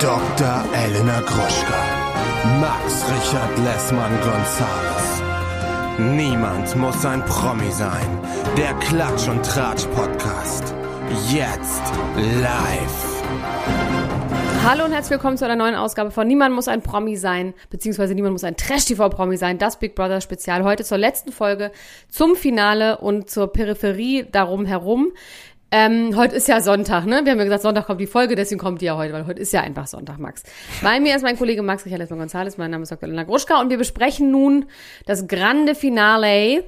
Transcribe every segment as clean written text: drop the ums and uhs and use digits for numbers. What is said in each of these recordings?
Dr. Elena Gruschka, Max Richard Lessmann-Gonzales. Niemand muss ein Promi sein. Der Klatsch- und Tratsch-Podcast. Jetzt live. Hallo und herzlich willkommen zu einer neuen Ausgabe von Niemand muss ein Promi sein, beziehungsweise Niemand muss ein Trash-TV-Promi sein, das Big Brother Spezial. Heute zur letzten Folge, zum Finale und zur Peripherie darum herum. Heute ist ja Sonntag, ne? Wir haben ja gesagt, Sonntag kommt die Folge, deswegen kommt die ja heute, weil heute ist ja einfach Sonntag, Max. Bei mir ist mein Kollege Max Richard Lessmann-Gonzales, mein Name ist Dr. Elena Gruschka und wir besprechen nun das grande Finale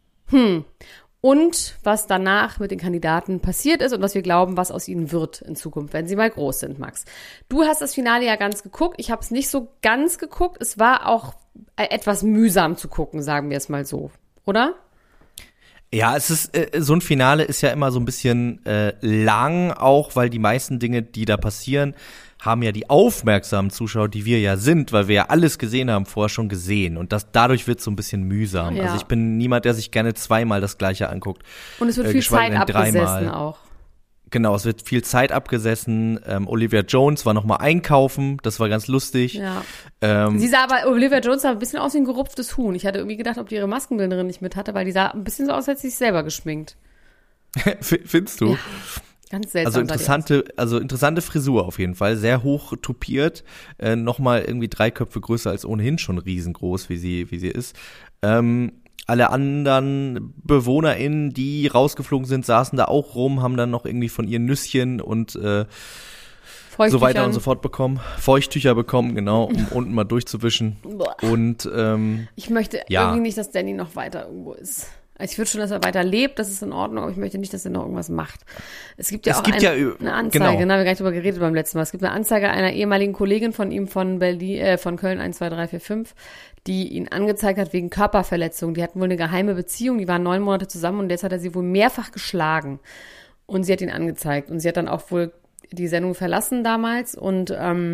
und was danach mit den Kandidaten passiert ist und was wir glauben, was aus ihnen wird in Zukunft, wenn sie mal groß sind, Max. Du hast das Finale ja ganz geguckt, ich habe es nicht so ganz geguckt, es war auch etwas mühsam zu gucken, sagen wir es mal so, oder? Ja, es ist so ein Finale ist ja immer so ein bisschen lang, auch weil die meisten Dinge, die da passieren, haben ja die aufmerksamen Zuschauer, die wir ja sind, weil wir ja alles gesehen haben, vorher schon gesehen. Und dadurch wird es so ein bisschen mühsam. Ja. Also ich bin niemand, der sich gerne zweimal das Gleiche anguckt. Und es wird viel Zeit abgesessen auch. Genau, es wird viel Zeit abgesessen. Olivia Jones war nochmal einkaufen, das war ganz lustig. Ja. Olivia Jones sah ein bisschen aus wie ein gerupftes Huhn. Ich hatte irgendwie gedacht, ob die ihre Maskenbinderin nicht mit hatte, weil die sah ein bisschen so aus, als hätte sie sich selber geschminkt. Findest du? Ja, ganz seltsam. Also interessante Frisur auf jeden Fall, sehr hoch tupiert, nochmal irgendwie 3 Köpfe größer als ohnehin schon riesengroß, wie sie ist. Alle anderen BewohnerInnen, die rausgeflogen sind, saßen da auch rum, haben dann noch irgendwie von ihren Nüsschen und so weiter und so fort bekommen. Feuchttücher bekommen, genau, um unten mal durchzuwischen. Und ich möchte irgendwie nicht, dass Danny noch weiter irgendwo ist. Also ich würde schon, dass er weiter lebt, das ist in Ordnung, aber ich möchte nicht, dass er noch irgendwas macht. Es gibt ja eine Anzeige, da haben wir gar nicht drüber geredet beim letzten Mal. Es gibt eine Anzeige einer ehemaligen Kollegin von ihm von Köln 1, 2, 3, 4, 5, die ihn angezeigt hat wegen Körperverletzung. Die hatten wohl eine geheime Beziehung, die waren 9 Monate zusammen und jetzt hat er sie wohl mehrfach geschlagen. Und sie hat ihn angezeigt. Und sie hat dann auch wohl die Sendung verlassen damals und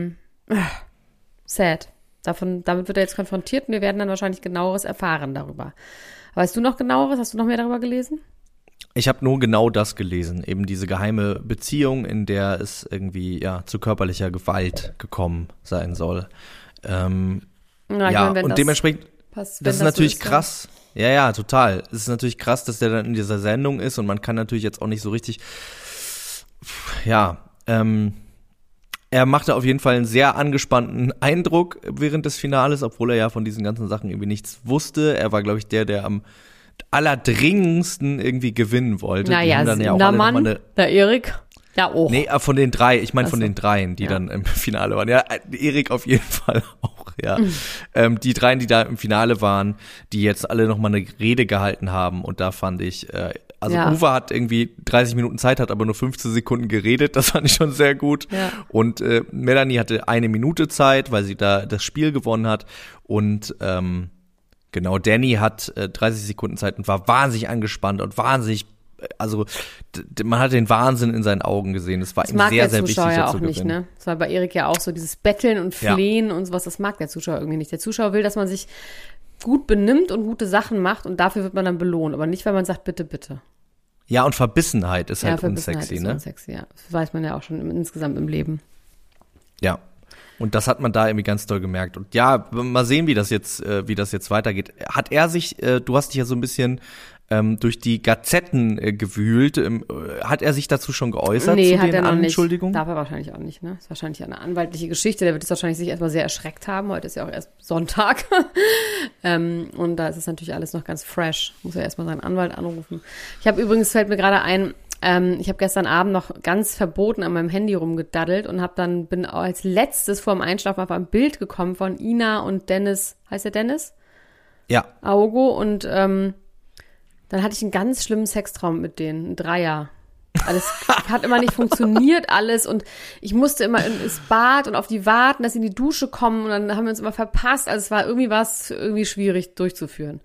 sad. Damit wird er jetzt konfrontiert und wir werden dann wahrscheinlich Genaueres erfahren darüber. Weißt du noch Genaueres? Hast du noch mehr darüber gelesen? Ich habe nur genau das gelesen, eben diese geheime Beziehung, in der es irgendwie zu körperlicher Gewalt gekommen sein soll. Und dementsprechend, das ist natürlich krass. Ja, total. Es ist natürlich krass, dass der dann in dieser Sendung ist und man kann natürlich jetzt auch nicht so richtig, er machte auf jeden Fall einen sehr angespannten Eindruck während des Finales, obwohl er ja von diesen ganzen Sachen irgendwie nichts wusste. Er war, glaube ich, der am allerdringendsten irgendwie gewinnen wollte. Naja, Sindermann, der Erik, ja auch. Nee, von den 3, ich meine von den 3, die dann im Finale waren. Ja, Erik auf jeden Fall auch, ja. Die 3, die da im Finale waren, die jetzt alle nochmal eine Rede gehalten haben und da fand ich, Uwe hat irgendwie 30 Minuten Zeit, hat aber nur 15 Sekunden geredet, das fand ich schon sehr gut. Ja. Und Melanie hatte 1 Minute Zeit, weil sie da das Spiel gewonnen hat und genau, Danny hat 30 Sekunden Zeit und war wahnsinnig angespannt und wahnsinnig, also man hat den Wahnsinn in seinen Augen gesehen. Das war ihm sehr, sehr wichtig, ja auch nicht, ne? Das war bei Erik ja auch so, dieses Betteln und Flehen und sowas, das mag der Zuschauer irgendwie nicht. Der Zuschauer will, dass man sich gut benimmt und gute Sachen macht und dafür wird man dann belohnt, aber nicht, weil man sagt, bitte, bitte. Ja, und Verbissenheit ist halt unsexy, ne? Unsexy, ja. Das weiß man ja auch schon insgesamt im Leben. Ja. Und das hat man da irgendwie ganz doll gemerkt. Und ja, mal sehen, wie das jetzt weitergeht. Hat er sich, du hast dich ja so ein bisschen durch die Gazetten gewühlt. Hat er sich dazu schon geäußert? Nee, zu hat den er noch Anschuldigungen? Nicht. Darf er wahrscheinlich auch nicht, ne? Ist wahrscheinlich eine anwaltliche Geschichte. Der wird es wahrscheinlich sich erstmal sehr erschreckt haben. Heute ist ja auch erst Sonntag. Und da ist es natürlich alles noch ganz fresh. Muss ja erstmal seinen Anwalt anrufen. Fällt mir gerade ein, ich habe gestern Abend noch ganz verboten an meinem Handy rumgedaddelt und bin als letztes vorm Einschlafen auf ein Bild gekommen von Ina und Dennis. Heißt der Dennis? Ja. Augo und dann hatte ich einen ganz schlimmen Sextraum mit denen, ein Dreier. Alles hat immer nicht funktioniert, alles. Und ich musste immer ins Bad und auf die warten, dass sie in die Dusche kommen. Und dann haben wir uns immer verpasst. Also es war irgendwie schwierig durchzuführen.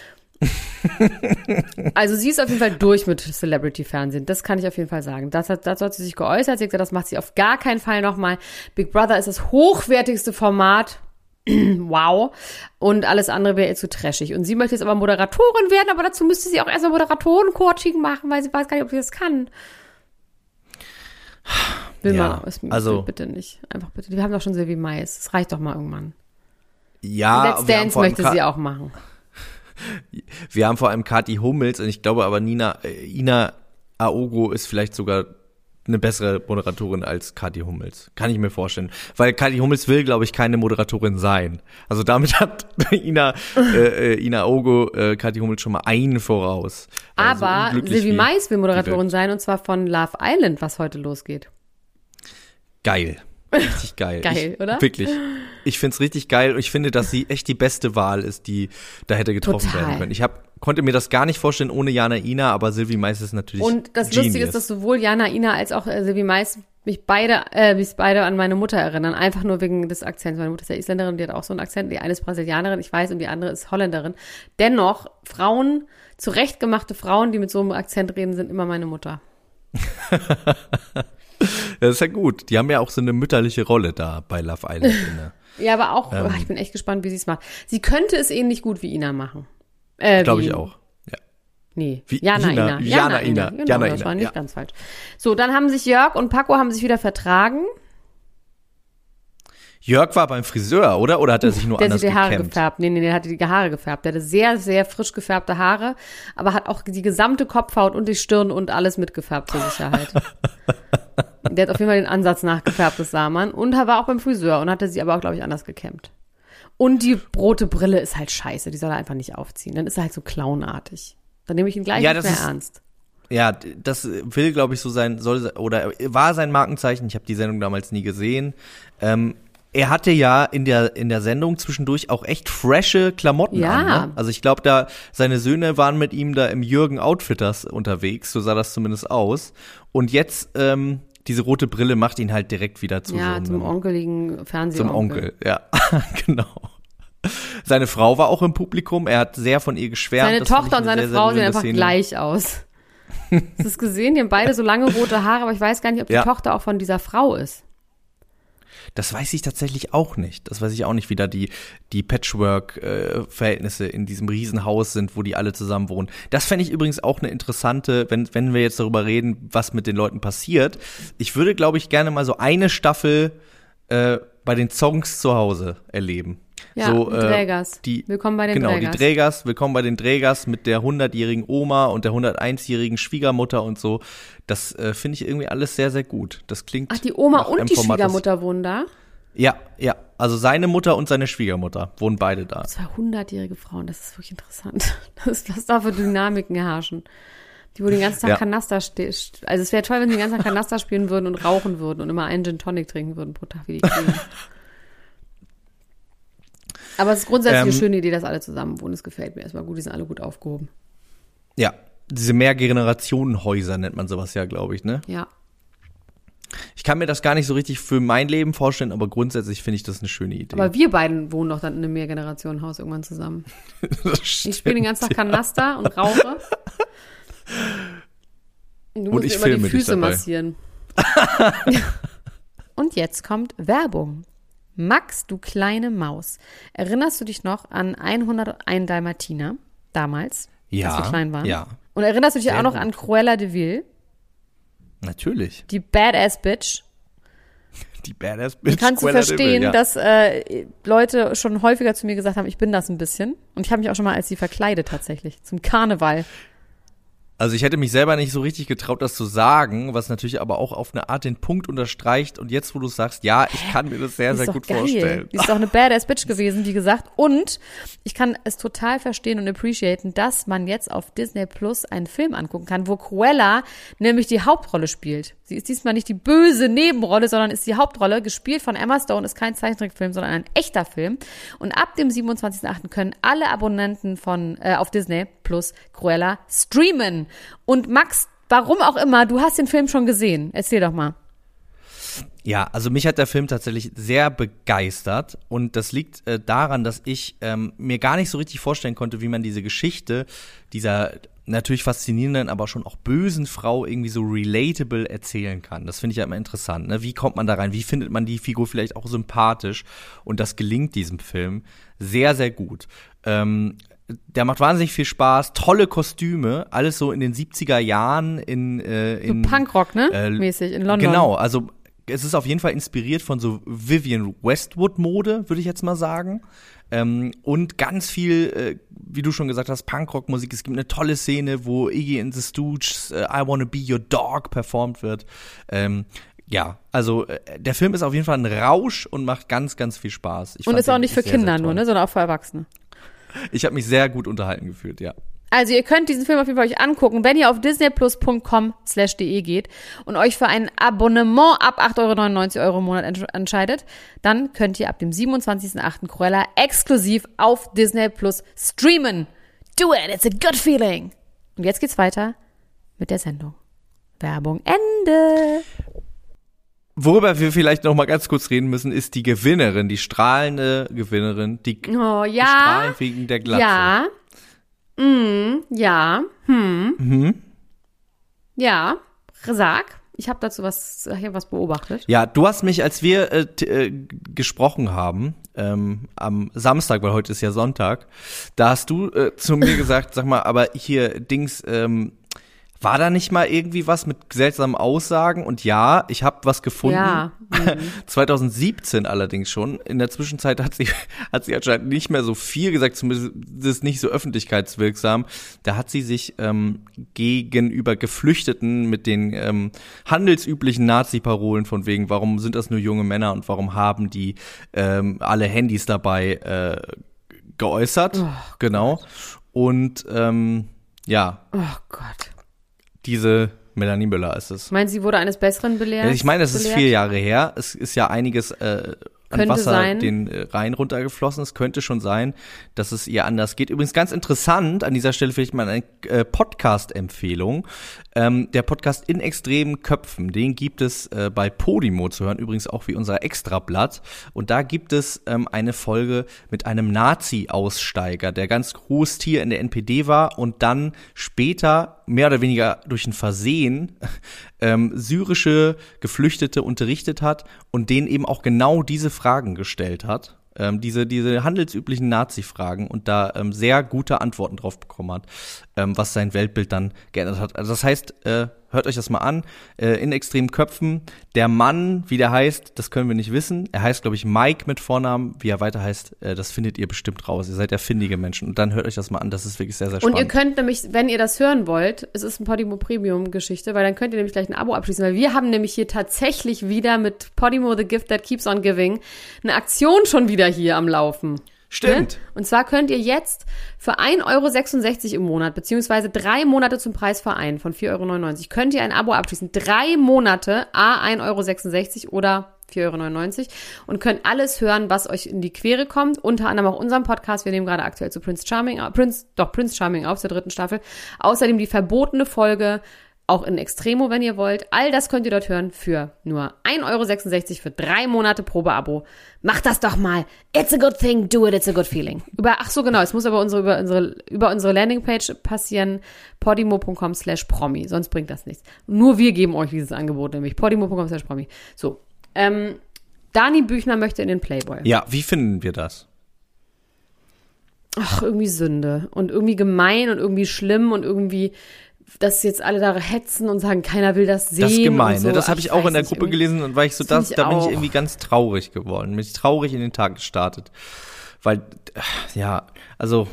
Also sie ist auf jeden Fall durch mit Celebrity-Fernsehen. Das kann ich auf jeden Fall sagen. Dazu hat sie sich geäußert. Sie hat gesagt, das macht sie auf gar keinen Fall nochmal. Big Brother ist das hochwertigste Format. Wow. Und alles andere wäre ihr zu trashig. Und sie möchte jetzt aber Moderatorin werden, aber dazu müsste sie auch erstmal Moderatoren-Coaching machen, weil sie weiß gar nicht, ob sie das kann. Bitte nicht. Einfach bitte. Wir haben doch schon Sylvie Mais. Das reicht doch mal irgendwann. Ja. Let's Dance möchte sie auch machen. Wir haben vor allem Kathi Hummels und ich glaube aber Ina Aogo ist vielleicht sogar eine bessere Moderatorin als Kathi Hummels. Kann ich mir vorstellen. Weil Kathi Hummels will, glaube ich, keine Moderatorin sein. Also damit hat Ina Aogo Kathi Hummels schon mal einen voraus. Aber so Sylvie Mais will Moderatorin sein und zwar von Love Island, was heute losgeht. Geil. Richtig geil. Geil, oder? Wirklich. Ich find's richtig geil und ich finde, dass sie echt die beste Wahl ist, die da hätte getroffen werden können. Ich konnte mir das gar nicht vorstellen ohne Jana Ina, aber Sylvie Mais ist natürlich Und das Genius. Lustige ist, dass sowohl Jana Ina als auch Sylvie Mais mich beide an meine Mutter erinnern. Einfach nur wegen des Akzents. Meine Mutter ist ja Isländerin, die hat auch so einen Akzent. Die eine ist Brasilianerin, ich weiß, und die andere ist Holländerin. Dennoch, zurechtgemachte Frauen, die mit so einem Akzent reden, sind immer meine Mutter. Das ist ja gut. Die haben ja auch so eine mütterliche Rolle da bei Love Island. Ja, aber auch, ich bin echt gespannt, wie sie es macht. Sie könnte es ähnlich gut wie Ina machen. Glaube ich auch. Ja. Nee, Jana Ina. Genau, das war nicht ganz falsch. So, dann haben sich Jörg und Paco wieder vertragen. Jörg war beim Friseur, oder? Oder hat er sich nur anders gekämmt? Der hat die Haare gefärbt? Nee, der hatte die Haare gefärbt. Der hatte sehr, sehr frisch gefärbte Haare, aber hat auch die gesamte Kopfhaut und die Stirn und alles mitgefärbt zur Sicherheit. Der hat auf jeden Fall den Ansatz nachgefärbt, das sah man. Und er war auch beim Friseur und hatte sie aber auch, glaube ich, anders gekämmt. Und die rote Brille ist halt scheiße, die soll er einfach nicht aufziehen. Dann ist er halt so clownartig. Dann nehme ich ihn gleich nicht mehr ernst. Ja, das will, glaube ich, so sein, war sein Markenzeichen. Ich habe die Sendung damals nie gesehen. Er hatte ja in der Sendung zwischendurch auch echt frische Klamotten an. Ne? Also ich glaube, seine Söhne waren mit ihm da im Jürgen Outfitters unterwegs, so sah das zumindest aus. Und jetzt diese rote Brille macht ihn halt direkt wieder zu zum onkeligen Fernsehonkel. Zum Onkel, ja, genau. Seine Frau war auch im Publikum, er hat sehr von ihr geschwärmt. Seine Tochter und seine Frau sehen einfach gleich aus. Hast du es gesehen? Die haben beide so lange rote Haare, aber ich weiß gar nicht, ob die Tochter auch von dieser Frau ist. Das weiß ich tatsächlich auch nicht. Das weiß ich auch nicht, wie da die Patchwork-Verhältnisse in diesem Riesenhaus sind, wo die alle zusammen wohnen. Das fände ich übrigens auch eine interessante, wenn wir jetzt darüber reden, was mit den Leuten passiert. Ich würde, glaube ich, gerne mal so eine Staffel bei den Zongs zu Hause erleben. Ja, so, die Drägers. Willkommen bei den Drägers. Genau, die Drägers, willkommen bei den Drägers mit der 100-jährigen Oma und der 101-jährigen Schwiegermutter und so. Das finde ich irgendwie alles sehr, sehr gut. Das klingt. Ach, die Oma und die Schwiegermutter wohnen da? Ja. Also seine Mutter und seine Schwiegermutter wohnen beide da. 200-jährige Frauen, das ist wirklich interessant. Was da für Dynamiken herrschen. Die, wo den ganzen Tag Kanaster also es wäre toll, wenn sie den ganzen Tag Kanaster spielen würden und rauchen würden und immer einen Gin Tonic trinken würden pro Tag, wie die kriegen. Aber es ist grundsätzlich eine schöne Idee, dass alle zusammen wohnen. Das gefällt mir erstmal gut. Die sind alle gut aufgehoben. Ja, diese Mehrgenerationenhäuser nennt man sowas ja, glaube ich, ne? Ja. Ich kann mir das gar nicht so richtig für mein Leben vorstellen, aber grundsätzlich finde ich das eine schöne Idee. Aber wir beiden wohnen doch dann in einem Mehrgenerationenhaus irgendwann zusammen. Ich spiele den ganzen Tag Kanaster und rauche. Und du musst mir immer die Füße massieren. Und jetzt kommt Werbung. Max, du kleine Maus. Erinnerst du dich noch an 101 Dalmatiner damals, als wir klein waren? Ja. Und erinnerst du dich auch noch an Cruella de Vil? Natürlich. Die Badass Bitch. Die Badass Bitch. Kannst du verstehen, dass Leute schon häufiger zu mir gesagt haben, ich bin das ein bisschen. Und ich habe mich auch schon mal als sie verkleidet tatsächlich, zum Karneval. Also ich hätte mich selber nicht so richtig getraut, das zu sagen, was natürlich aber auch auf eine Art den Punkt unterstreicht. Und jetzt, wo du sagst, ja, ich kann mir das sehr, sehr gut vorstellen. Die ist doch eine Badass Bitch gewesen, wie gesagt. Und ich kann es total verstehen und appreciaten, dass man jetzt auf Disney Plus einen Film angucken kann, wo Cruella nämlich die Hauptrolle spielt. Sie ist diesmal nicht die böse Nebenrolle, sondern ist die Hauptrolle, gespielt von Emma Stone, ist kein Zeichentrickfilm, sondern ein echter Film. Und ab dem 27.08. können alle Abonnenten auf Disney Plus Cruella streamen. Und Max, warum auch immer, du hast den Film schon gesehen. Erzähl doch mal. Ja, also mich hat der Film tatsächlich sehr begeistert und das liegt daran, dass ich mir gar nicht so richtig vorstellen konnte, wie man diese Geschichte dieser natürlich faszinierenden, aber schon auch bösen Frau irgendwie so relatable erzählen kann. Das finde ich ja immer interessant. Ne? Wie kommt man da rein? Wie findet man die Figur vielleicht auch sympathisch? Und das gelingt diesem Film sehr, sehr gut. Der macht wahnsinnig viel Spaß, tolle Kostüme, alles so in den 70er Jahren in so Punkrock, ne? Mäßig in London. Genau, also es ist auf jeden Fall inspiriert von so Vivienne Westwood-Mode, würde ich jetzt mal sagen. Und ganz viel, wie du schon gesagt hast, Punkrock-Musik. Es gibt eine tolle Szene, wo Iggy and the Stooges I Wanna Be Your Dog performt wird. Ja, also der Film ist auf jeden Fall ein Rausch und macht ganz, ganz viel Spaß. Und ist auch nicht für Kinder nur, ne, sondern auch für Erwachsene. Ich habe mich sehr gut unterhalten gefühlt, ja. Also ihr könnt diesen Film auf jeden Fall euch angucken, wenn ihr auf disneyplus.com/de geht und euch für ein Abonnement ab 8,99 € im Monat entscheidet, dann könnt ihr ab dem 27.08. Cruella exklusiv auf Disney Plus streamen. Do it, it's a good feeling. Und jetzt geht's weiter mit der Sendung. Werbung Ende. Worüber wir vielleicht noch mal ganz kurz reden müssen, ist die Gewinnerin, die strahlende Gewinnerin, die strahlend wegen der Glatze. Ja. Ja, sag. Ich habe dazu was beobachtet. Ja, du hast mich, als wir gesprochen haben, am Samstag, weil heute ist ja Sonntag, da hast du zu mir gesagt, sag mal, aber hier, Dings, war da nicht mal irgendwie was mit seltsamen Aussagen? Und ja, ich habe was gefunden. Ja. 2017 allerdings schon. In der Zwischenzeit hat sie anscheinend nicht mehr so viel gesagt, zumindest nicht so öffentlichkeitswirksam. Da hat sie sich gegenüber Geflüchteten mit den handelsüblichen Nazi-Parolen von wegen, warum sind das nur junge Männer und warum haben die alle Handys dabei geäußert. Oh, genau. Gott. Und ja. Oh Gott. Diese Melanie Müller ist es. Meinen Sie, wurde eines Besseren belehrt? Ja, ich meine, es ist 4 Jahre her. Es ist ja einiges an Wasser sein. Den Rhein runtergeflossen. Es könnte schon sein, dass es ihr anders geht. Übrigens ganz interessant, an dieser Stelle vielleicht mal eine Podcast-Empfehlung. Der Podcast In extremen Köpfen, den gibt es bei Podimo zu hören, übrigens auch wie unser Extrablatt. Und da gibt es eine Folge mit einem Nazi-Aussteiger, der ganz groß hier in der NPD war und dann später mehr oder weniger durch ein Versehen syrische Geflüchtete unterrichtet hat und denen eben auch genau diese Fragen gestellt hat. Diese handelsüblichen Nazi-Fragen und da sehr gute Antworten drauf bekommen hat, was sein Weltbild dann geändert hat. Also das heißt, hört euch das mal an, In extremen Köpfen. Der Mann, wie der heißt, das können wir nicht wissen. Er heißt, glaube ich, Mike mit Vornamen. Wie er weiter heißt, das findet ihr bestimmt raus. Ihr seid ja findige Menschen. Und dann hört euch das mal an, das ist wirklich sehr, sehr spannend. Und ihr könnt nämlich, wenn ihr das hören wollt, es ist eine Podimo Premium-Geschichte, weil dann könnt ihr nämlich gleich ein Abo abschließen, weil wir haben nämlich hier tatsächlich wieder mit Podimo The Gift That Keeps on Giving eine Aktion schon wieder hier am Laufen. Stimmt. Ne? Und zwar könnt ihr jetzt für 1,66 € im Monat, beziehungsweise 3 Monate zum Preisverein von 4,99 € könnt ihr ein Abo abschließen. 3 Monate, 1,66 € oder 4,99 € und könnt alles hören, was euch in die Quere kommt. Unter anderem auch unseren Podcast. Wir nehmen gerade aktuell zu Prince Charming auf, zur 3. Staffel. Außerdem die verbotene Folge, auch in Extremo, wenn ihr wollt. All das könnt ihr dort hören für nur 1,66 € für 3 Monate Probeabo. Macht das doch mal. It's a good thing, do it, it's a good feeling. Es muss aber über unsere Landingpage passieren, podimo.com/promi, sonst bringt das nichts. Nur wir geben euch dieses Angebot, nämlich podimo.com/promi. So, Dani Büchner möchte in den Playboy. Ja, wie finden wir das? Ach, irgendwie Sünde und irgendwie gemein und irgendwie schlimm und irgendwie, dass jetzt alle da hetzen und sagen, keiner will das sehen. Das ist gemein, so. ne? Das habe ich auch in der Gruppe gelesen und war ich so, da bin ich irgendwie ganz traurig geworden. Bin ich traurig in den Tag gestartet. Weil, ja, also.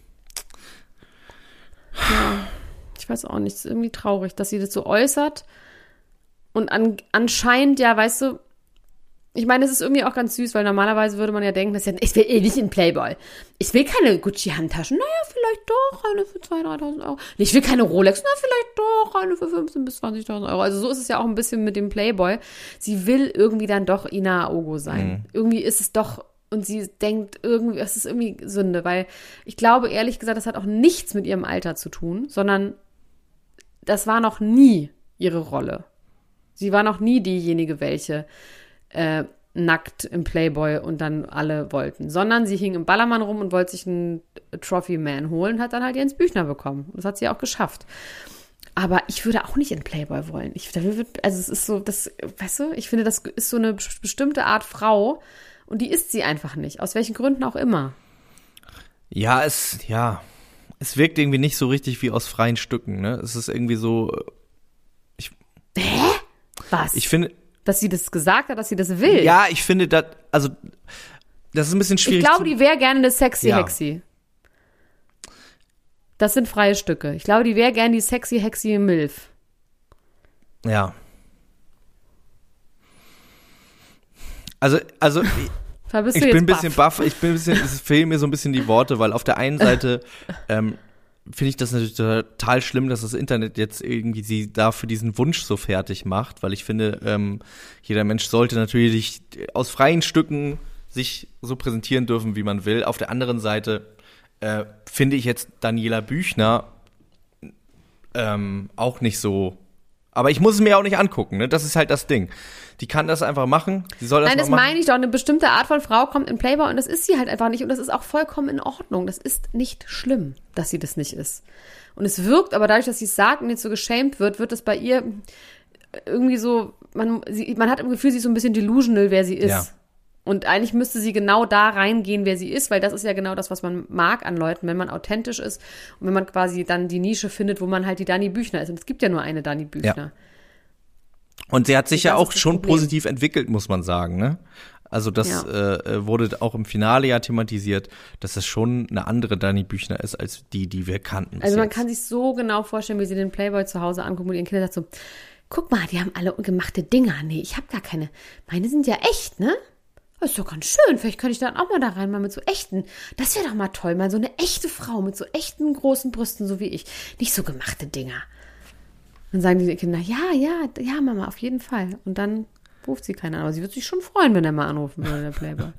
Ja, ich weiß auch nicht, es ist irgendwie traurig, dass sie das so äußert. Und anscheinend, ja, weißt du, ich meine, es ist irgendwie auch ganz süß, weil normalerweise würde man ja denken, ich will nicht in Playboy. Ich will keine Gucci-Handtaschen. Naja, vielleicht doch eine für 2.000, 3.000 €. Ich will keine Rolex. Na, vielleicht doch eine für 15.000 bis 20.000 €. Also so ist es ja auch ein bisschen mit dem Playboy. Sie will irgendwie dann doch Ina Aogo sein. Mhm. Irgendwie ist es doch, und sie denkt irgendwie, es ist irgendwie Sünde, weil ich glaube, ehrlich gesagt, das hat auch nichts mit ihrem Alter zu tun, sondern das war noch nie ihre Rolle. Sie war noch nie diejenige, welche nackt im Playboy und dann alle wollten. Sondern sie hing im Ballermann rum und wollte sich einen Trophy-Man holen und hat dann halt Jens Büchner bekommen. Das hat sie auch geschafft. Aber ich würde auch nicht in Playboy wollen. Es ist so, das, weißt du, ich finde, das ist so eine bestimmte Art Frau und die ist sie einfach nicht. Aus welchen Gründen auch immer. Ja, es wirkt irgendwie nicht so richtig wie aus freien Stücken, ne? Es ist irgendwie so, Hä? Was? Ich finde, Dass sie das gesagt hat, dass sie das will. Ja, ich finde, das ist ein bisschen schwierig. Ich glaube, die wäre gerne eine sexy Hexi. Das sind freie Stücke. Ich glaube, die wäre gerne die sexy Hexi Milf. Ja. Also ich bin ein bisschen baff. Es fehlen mir so ein bisschen die Worte, weil auf der einen Seite finde ich das natürlich total schlimm, dass das Internet jetzt irgendwie sie da für diesen Wunsch so fertig macht, weil ich finde, jeder Mensch sollte natürlich aus freien Stücken sich so präsentieren dürfen, wie man will. Auf der anderen Seite finde ich jetzt Daniela Büchner auch nicht so. Aber ich muss es mir auch nicht angucken, ne? Das ist halt das Ding. Die kann das einfach machen. Sie soll das Nein, das machen. meine ich doch. Eine bestimmte Art von Frau kommt in Playboy und das ist sie halt einfach nicht. Und das ist auch vollkommen in Ordnung. Das ist nicht schlimm, dass sie das nicht ist. Und es wirkt, aber dadurch, dass sie es sagt und jetzt so geschämt wird es bei ihr irgendwie so, man hat im Gefühl, sie ist so ein bisschen delusional, wer sie ist. Ja. Und eigentlich müsste sie genau da reingehen, wer sie ist, weil das ist ja genau das, was man mag an Leuten, wenn man authentisch ist und wenn man quasi dann die Nische findet, wo man halt die Dani Büchner ist. Und es gibt ja nur eine Dani Büchner. Ja. Und sie hat sich ja auch schon positiv entwickelt, muss man sagen, ne? Also das wurde auch im Finale ja thematisiert, dass es schon eine andere Dani Büchner ist, als die wir kannten. Also man kann sich so genau vorstellen, wie sie den Playboy zu Hause anguckt und ihren Kindern sagt so, guck mal, die haben alle gemachte Dinger. Nee, ich habe gar keine. Meine sind ja echt, ne? Das ist doch ganz schön. Vielleicht könnte ich dann auch mal da rein, mal mit so echten. Das wäre doch mal toll, mal so eine echte Frau mit so echten großen Brüsten, so wie ich. Nicht so gemachte Dinger. Dann sagen die Kinder, ja, Mama, auf jeden Fall. Und dann ruft sie keiner an. Aber sie wird sich schon freuen, wenn er mal anrufen würde, der Playboy.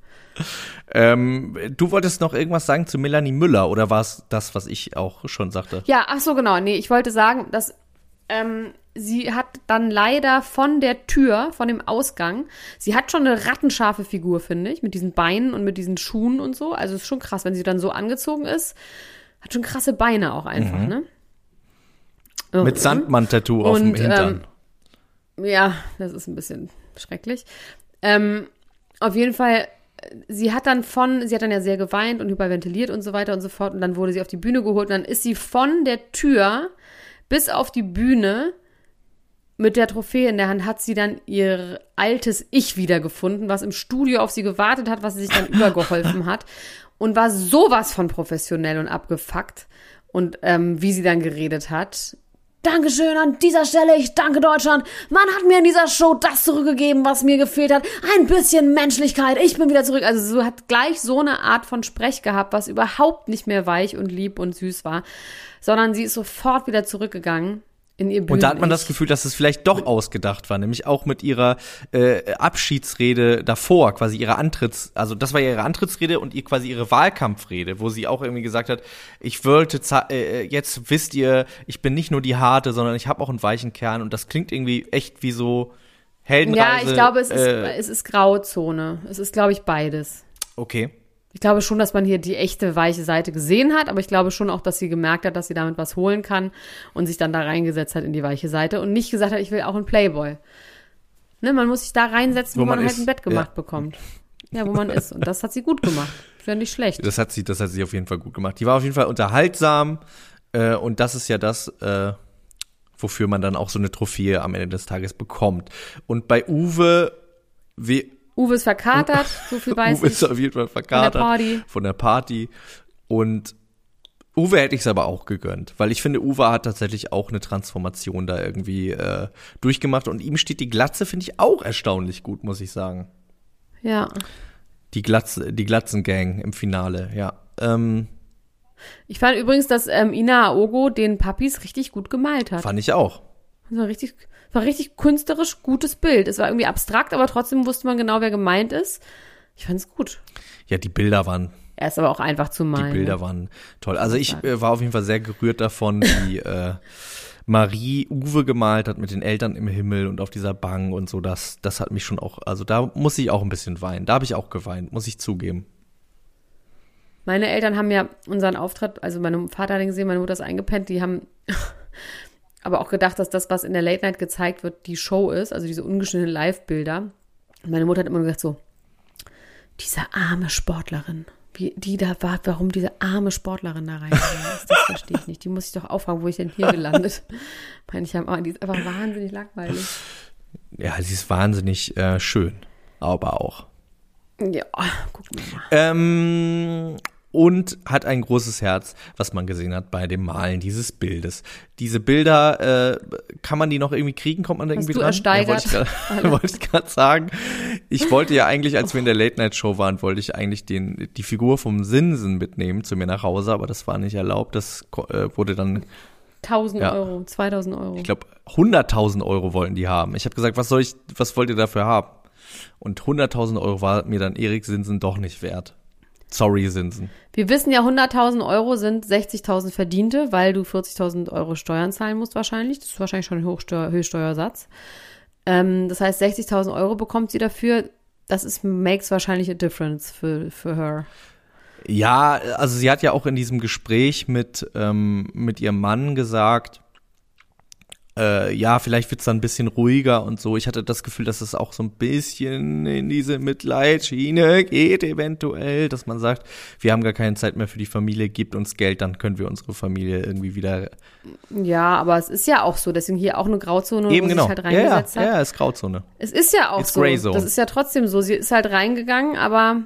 Du wolltest noch irgendwas sagen zu Melanie Müller, oder war es das, was ich auch schon sagte? Ja, ach so, genau. Nee, ich wollte sagen, dass sie hat dann leider von der Tür, von dem Ausgang, sie hat schon eine rattenscharfe Figur, finde ich, mit diesen Beinen und mit diesen Schuhen und so. Also ist schon krass, wenn sie dann so angezogen ist. Hat schon krasse Beine auch einfach, ne? Mit Sandmann-Tattoo auf dem Hintern. Ja, das ist ein bisschen schrecklich. Auf jeden Fall, sie hat dann ja sehr geweint und hyperventiliert und so weiter und so fort. Und dann wurde sie auf die Bühne geholt und dann ist sie von der Tür bis auf die Bühne mit der Trophäe in der Hand, hat sie dann ihr altes Ich wiedergefunden, was im Studio auf sie gewartet hat, was sie sich dann übergeholfen hat und war sowas von professionell und abgefuckt und wie sie dann geredet hat. Dankeschön an dieser Stelle, ich danke Deutschland. Man hat mir in dieser Show das zurückgegeben, was mir gefehlt hat. Ein bisschen Menschlichkeit, ich bin wieder zurück. Also sie hat gleich so eine Art von Sprech gehabt, was überhaupt nicht mehr weich und lieb und süß war, sondern sie ist sofort wieder zurückgegangen in ihr Bühnen. Und da hat man das Gefühl, dass es vielleicht doch ausgedacht war, nämlich auch mit ihrer Abschiedsrede davor, quasi also das war ihre Antrittsrede und quasi ihre Wahlkampfrede, wo sie auch irgendwie gesagt hat, ich wollte, jetzt wisst ihr, ich bin nicht nur die Harte, sondern ich habe auch einen weichen Kern und das klingt irgendwie echt wie so Heldenreise. Ja, ich glaube, es ist Grauzone. Es ist, glaube ich, beides. Okay. Ich glaube schon, dass man hier die echte weiche Seite gesehen hat, aber ich glaube schon auch, dass sie gemerkt hat, dass sie damit was holen kann und sich dann da reingesetzt hat in die weiche Seite und nicht gesagt hat, ich will auch einen Playboy. Ne, man muss sich da reinsetzen, wo man halt ein Bett gemacht bekommt. Ja, wo man ist. Und das hat sie gut gemacht. Ist ja nicht schlecht. Das hat sie auf jeden Fall gut gemacht. Die war auf jeden Fall unterhaltsam und das ist ja das, wofür man dann auch so eine Trophäe am Ende des Tages bekommt. Und bei Uwe ist verkatert, so viel weiß ich. Uwe ist auf jeden Fall verkatert von der Party. Und Uwe hätte ich es aber auch gegönnt, weil ich finde, Uwe hat tatsächlich auch eine Transformation da irgendwie durchgemacht. Und ihm steht die Glatze, finde ich, auch erstaunlich gut, muss ich sagen. Ja. Die Glatzen-Gang im Finale, ja. Ich fand übrigens, dass Ina Aogo den Papis richtig gut gemalt hat. Fand ich auch. Das war richtig künstlerisch gutes Bild. Es war irgendwie abstrakt, aber trotzdem wusste man genau, wer gemeint ist. Ich fand's gut. Ja, die Bilder waren. Er ist aber auch einfach zu malen. Die Bilder waren toll. Also ich war auf jeden Fall sehr gerührt davon, wie Marie Uwe gemalt hat mit den Eltern im Himmel und auf dieser Bank und so. Das hat mich schon auch, also da muss ich auch ein bisschen weinen. Da habe ich auch geweint, muss ich zugeben. Meine Eltern haben ja unseren Auftritt, also mein Vater hat den gesehen, meine Mutter ist eingepennt, die haben aber auch gedacht, dass das, was in der Late Night gezeigt wird, die Show ist, also diese ungeschnittenen Live-Bilder. Und meine Mutter hat immer gesagt so, diese arme Sportlerin, wie die da war, warum diese arme Sportlerin da rein ist, das verstehe ich nicht. Die muss ich doch auffragen, wo ich denn hier gelandet bin. Die ist einfach wahnsinnig langweilig. Ja, sie ist wahnsinnig schön, aber auch. Ja, gucken wir mal. Und hat ein großes Herz, was man gesehen hat bei dem Malen dieses Bildes. Diese Bilder, kann man die noch irgendwie kriegen? Kommt man da irgendwie dran? Ersteigert? Ja, wollte ich gerade sagen. Ich wollte ja eigentlich, als wir in der Late-Night-Show waren, wollte ich eigentlich die Figur vom Sinsen mitnehmen zu mir nach Hause, aber das war nicht erlaubt. Das wurde dann 1.000 Euro, 2.000 Euro. Ich glaube, 100.000 Euro wollten die haben. Ich habe gesagt, was wollt ihr dafür haben? Und 100.000 Euro war mir dann Erik Sinsen doch nicht wert. Sorry, Sinsen. Wir wissen ja, 100.000 Euro sind 60.000 verdiente, weil du 40.000 Euro Steuern zahlen musst wahrscheinlich. Das ist wahrscheinlich schon ein Höchststeuersatz. Das heißt, 60.000 Euro bekommt sie dafür. Das makes wahrscheinlich a difference für her. Ja, also sie hat ja auch in diesem Gespräch mit ihrem Mann gesagt, ja, vielleicht wird's dann ein bisschen ruhiger und so. Ich hatte das Gefühl, dass es auch so ein bisschen in diese Mitleidschiene geht eventuell, dass man sagt, wir haben gar keine Zeit mehr für die Familie, gebt uns Geld, dann können wir unsere Familie irgendwie wieder. Ja, aber es ist ja auch so, deswegen hier auch eine Grauzone, wo genau. sich halt reingesetzt hat. Ja, ist Grauzone. Es ist ja auch It's so. Gray Zone. Das ist ja trotzdem so. Sie ist halt reingegangen, aber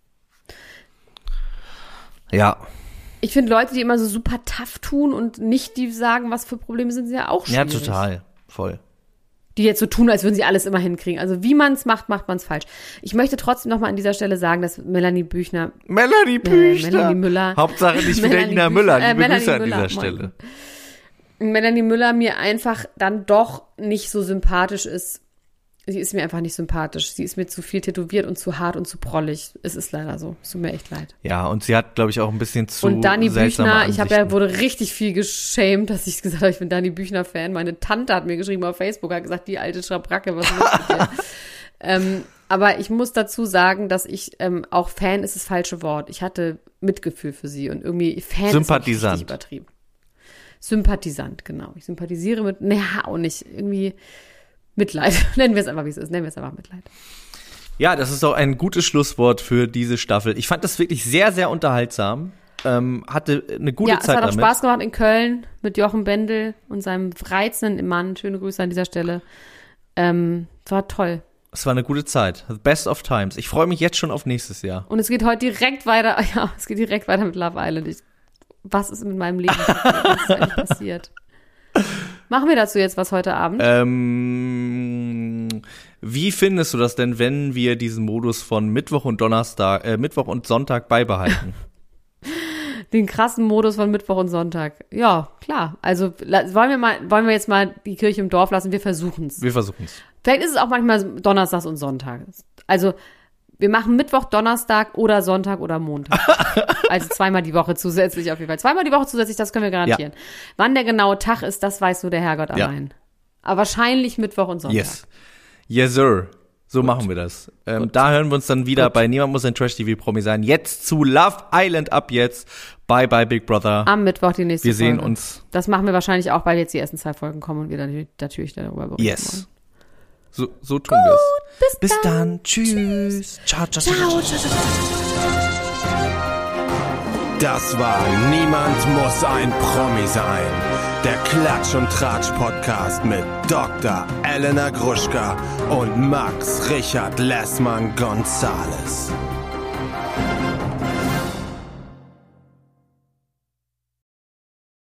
ja. Ich finde Leute, die immer so super tough tun und nicht die sagen, was für Probleme sind, ja auch schwierig. Ja, total. Voll. Die jetzt so tun, als würden sie alles immer hinkriegen. Also wie man es macht, macht man es falsch. Ich möchte trotzdem noch mal an dieser Stelle sagen, dass Melanie Müller. Hauptsache nicht wieder Ina Müller. Liebe Grüße an dieser Stelle. Melanie Müller mir einfach dann doch nicht so sympathisch ist. Sie ist mir einfach nicht sympathisch. Sie ist mir zu viel tätowiert und zu hart und zu prollig. Es ist leider so. Es tut mir echt leid. Ja, und sie hat, glaube ich, auch ein bisschen zu Und Dani Büchner, Ansichten. wurde richtig viel geschämt, dass ich gesagt habe, ich bin Dani Büchner-Fan. Meine Tante hat mir geschrieben auf Facebook, hat gesagt, die alte Schabracke, was ist mit dir? Aber ich muss dazu sagen, dass ich auch Fan ist das falsche Wort. Ich hatte Mitgefühl für sie und irgendwie Fan Sympathisant. ist richtig übertrieben. Sympathisant, genau. Ich sympathisiere mit, auch nicht, irgendwie Mitleid. Nennen wir es einfach, wie es ist. Nennen wir es einfach Mitleid. Ja, das ist auch ein gutes Schlusswort für diese Staffel. Ich fand das wirklich sehr, sehr unterhaltsam. Hatte eine gute Zeit damit. Ja, es hat auch Spaß gemacht in Köln mit Jochen Bendel und seinem reizenden Mann. Schöne Grüße an dieser Stelle. War toll. Es war eine gute Zeit. Best of times. Ich freue mich jetzt schon auf nächstes Jahr. Und es geht heute direkt weiter. Ja, es geht direkt weiter mit Love Island. Was ist mit meinem Leben passiert? Was ist eigentlich passiert? Machen wir dazu jetzt was heute Abend? Wie findest du das denn, wenn wir diesen Modus von Mittwoch und Sonntag beibehalten? Den krassen Modus von Mittwoch und Sonntag. Ja, klar. Also wollen wir jetzt mal die Kirche im Dorf lassen? Wir versuchen's. Vielleicht ist es auch manchmal Donnerstags und Sonntags. Also wir machen Mittwoch, Donnerstag oder Sonntag oder Montag. Also zweimal die Woche zusätzlich auf jeden Fall. Zweimal die Woche zusätzlich, das können wir garantieren. Ja. Wann der genaue Tag ist, das weiß nur der Herrgott allein. Aber wahrscheinlich Mittwoch und Sonntag. Yes, sir. So machen wir das. Da hören wir uns dann wieder bei Niemand muss ein Trash-TV-Promi sein. Jetzt zu Love Island ab jetzt. Bye, bye, Big Brother. Am Mittwoch die nächste Folge. Wir sehen uns. Das machen wir wahrscheinlich auch, weil jetzt die ersten 2 Folgen kommen und wir dann natürlich darüber berichten wollen. So tun wir es. Bis dann. Tschüss. Ciao. Das war Niemand muss ein Promi sein. Der Klatsch- und Tratsch-Podcast mit Dr. Elena Gruschka und Max Richard Lessmann Gonzales.